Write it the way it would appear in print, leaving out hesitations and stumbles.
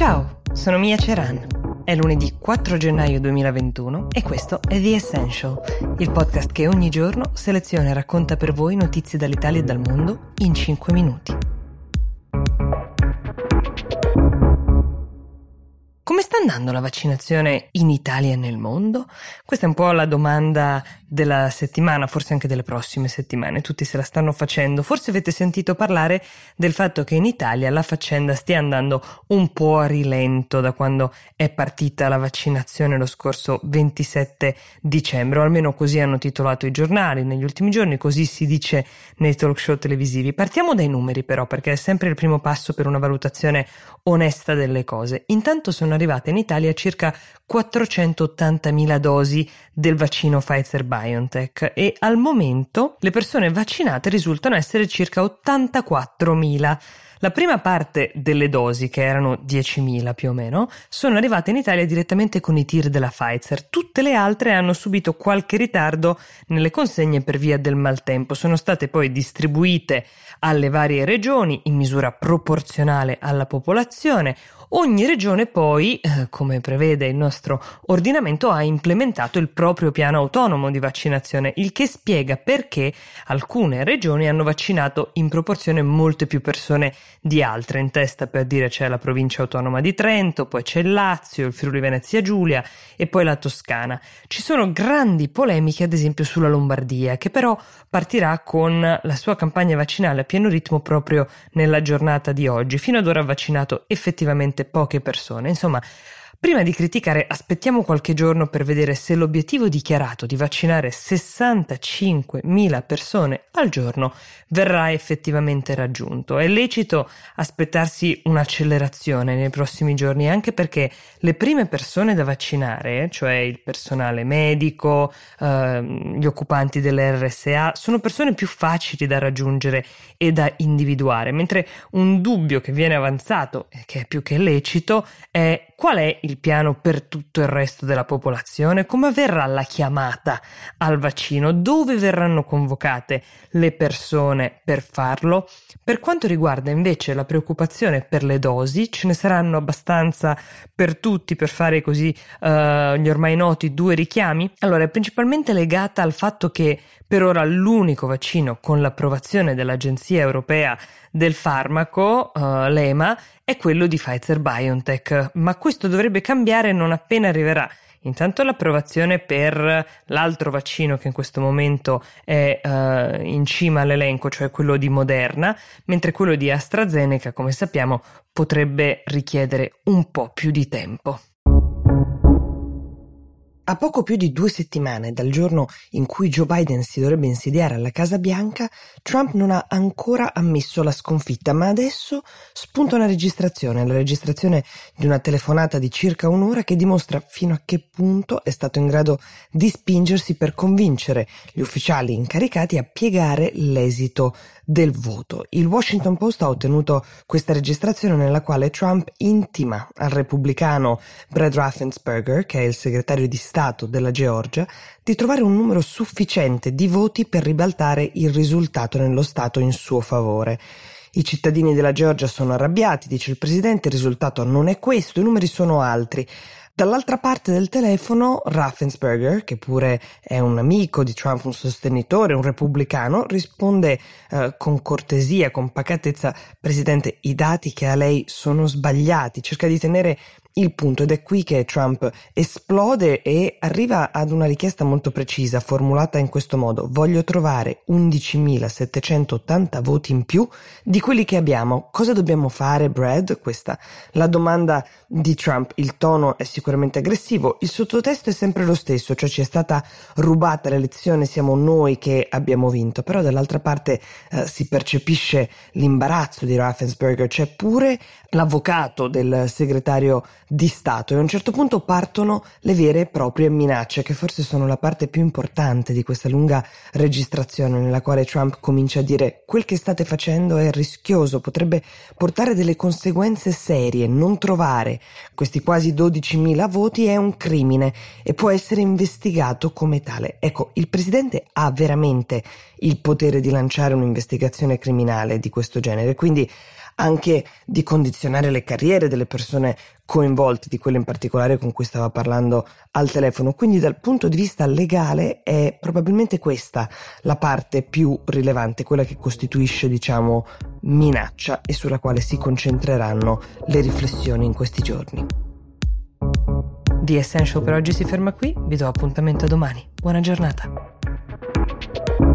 Ciao, sono Mia Ceran. È lunedì 4 gennaio 2021 e questo è The Essential, il podcast che ogni giorno seleziona e racconta per voi notizie dall'Italia e dal mondo in 5 minuti. Come sta andando la vaccinazione in Italia e nel mondo? Questa è un po' la domanda della settimana, forse anche delle prossime settimane. Tutti se la stanno facendo. Forse avete sentito parlare del fatto che in Italia la faccenda stia andando un po' a rilento da quando è partita la vaccinazione lo scorso 27 dicembre, o almeno così hanno titolato i giornali negli ultimi giorni, così si dice nei talk show televisivi. Partiamo dai numeri però, perché è sempre il primo passo per una valutazione onesta delle cose. Intanto sono arrivate in Italia circa 480.000 dosi del vaccino Pfizer-BioNTech e al momento le persone vaccinate risultano essere circa 84.000. La prima parte delle dosi, che erano 10.000 più o meno, sono arrivate in Italia direttamente con i tir della Pfizer. Tutte le altre hanno subito qualche ritardo nelle consegne per via del maltempo. Sono state poi distribuite alle varie regioni in misura proporzionale alla popolazione. Ogni regione poi, come prevede il nostro ordinamento, ha implementato il proprio piano autonomo di vaccinazione, il che spiega perché alcune regioni hanno vaccinato in proporzione molte più persone di altre. In testa, per dire, c'è la provincia autonoma di Trento, poi c'è il Lazio, il Friuli Venezia Giulia e poi la Toscana. Ci sono grandi polemiche ad esempio sulla Lombardia, che però partirà con la sua campagna vaccinale a pieno ritmo proprio nella giornata di oggi. Fino ad ora ha vaccinato effettivamente poche persone. Insomma, prima di criticare, aspettiamo qualche giorno per vedere se l'obiettivo dichiarato di vaccinare 65.000 persone al giorno verrà effettivamente raggiunto. È lecito aspettarsi un'accelerazione nei prossimi giorni, anche perché le prime persone da vaccinare, cioè il personale medico, gli occupanti delle RSA, sono persone più facili da raggiungere e da individuare, mentre un dubbio che viene avanzato, che è più che lecito, è: qual è il piano per tutto il resto della popolazione? Come avverrà la chiamata al vaccino? Dove verranno convocate le persone per farlo? Per quanto riguarda invece la preoccupazione per le dosi, ce ne saranno abbastanza per tutti per fare così gli ormai noti 2 richiami? Allora, è principalmente legata al fatto che per ora l'unico vaccino con l'approvazione dell'Agenzia Europea del Farmaco, l'EMA, è quello di Pfizer-BioNTech, ma questo dovrebbe cambiare non appena arriverà intanto l'approvazione per l'altro vaccino che in questo momento è in cima all'elenco, cioè quello di Moderna, mentre quello di AstraZeneca, come sappiamo, potrebbe richiedere un po' più di tempo. A poco più di 2 settimane dal giorno in cui Joe Biden si dovrebbe insediare alla Casa Bianca, Trump non ha ancora ammesso la sconfitta, ma adesso spunta la registrazione di una telefonata di circa un'ora che dimostra fino a che punto è stato in grado di spingersi per convincere gli ufficiali incaricati a piegare l'esito del voto. Il Washington Post ha ottenuto questa registrazione nella quale Trump intima al repubblicano Brad Raffensperger, che è il segretario di Stato della Georgia, di trovare un numero sufficiente di voti per ribaltare il risultato nello Stato in suo favore. I cittadini della Georgia sono arrabbiati, dice il presidente, il risultato non è questo, i numeri sono altri. Dall'altra parte del telefono Raffensperger, che pure è un amico di Trump, un sostenitore, un repubblicano, risponde con cortesia, con pacatezza: Presidente, i dati che ha lei sono sbagliati, cerca di tenere il punto, ed è qui che Trump esplode e arriva ad una richiesta molto precisa, formulata in questo modo: voglio trovare 11.780 voti in più di quelli che abbiamo. Cosa dobbiamo fare, Brad? Questa la domanda di Trump. Il tono è sicuramente aggressivo, il sottotesto è sempre lo stesso, cioè ci è stata rubata l'elezione, siamo noi che abbiamo vinto. Però dall'altra parte si percepisce l'imbarazzo di Raffensperger, c'è pure l'avvocato del segretario di Stato, e a un certo punto partono le vere e proprie minacce, che forse sono la parte più importante di questa lunga registrazione, nella quale Trump comincia a dire: quel che state facendo è rischioso, potrebbe portare delle conseguenze serie, non trovare questi quasi 12.000 voti è un crimine e può essere investigato come tale. Ecco, il presidente ha veramente il potere di lanciare un'investigazione criminale di questo genere, quindi anche di condizionare le carriere delle persone coinvolte, di quelle in particolare con cui stava parlando al telefono. Quindi dal punto di vista legale è probabilmente questa la parte più rilevante, quella che costituisce, diciamo, minaccia e sulla quale si concentreranno le riflessioni in questi giorni. The Essential per oggi si ferma qui, vi do appuntamento a domani. Buona giornata.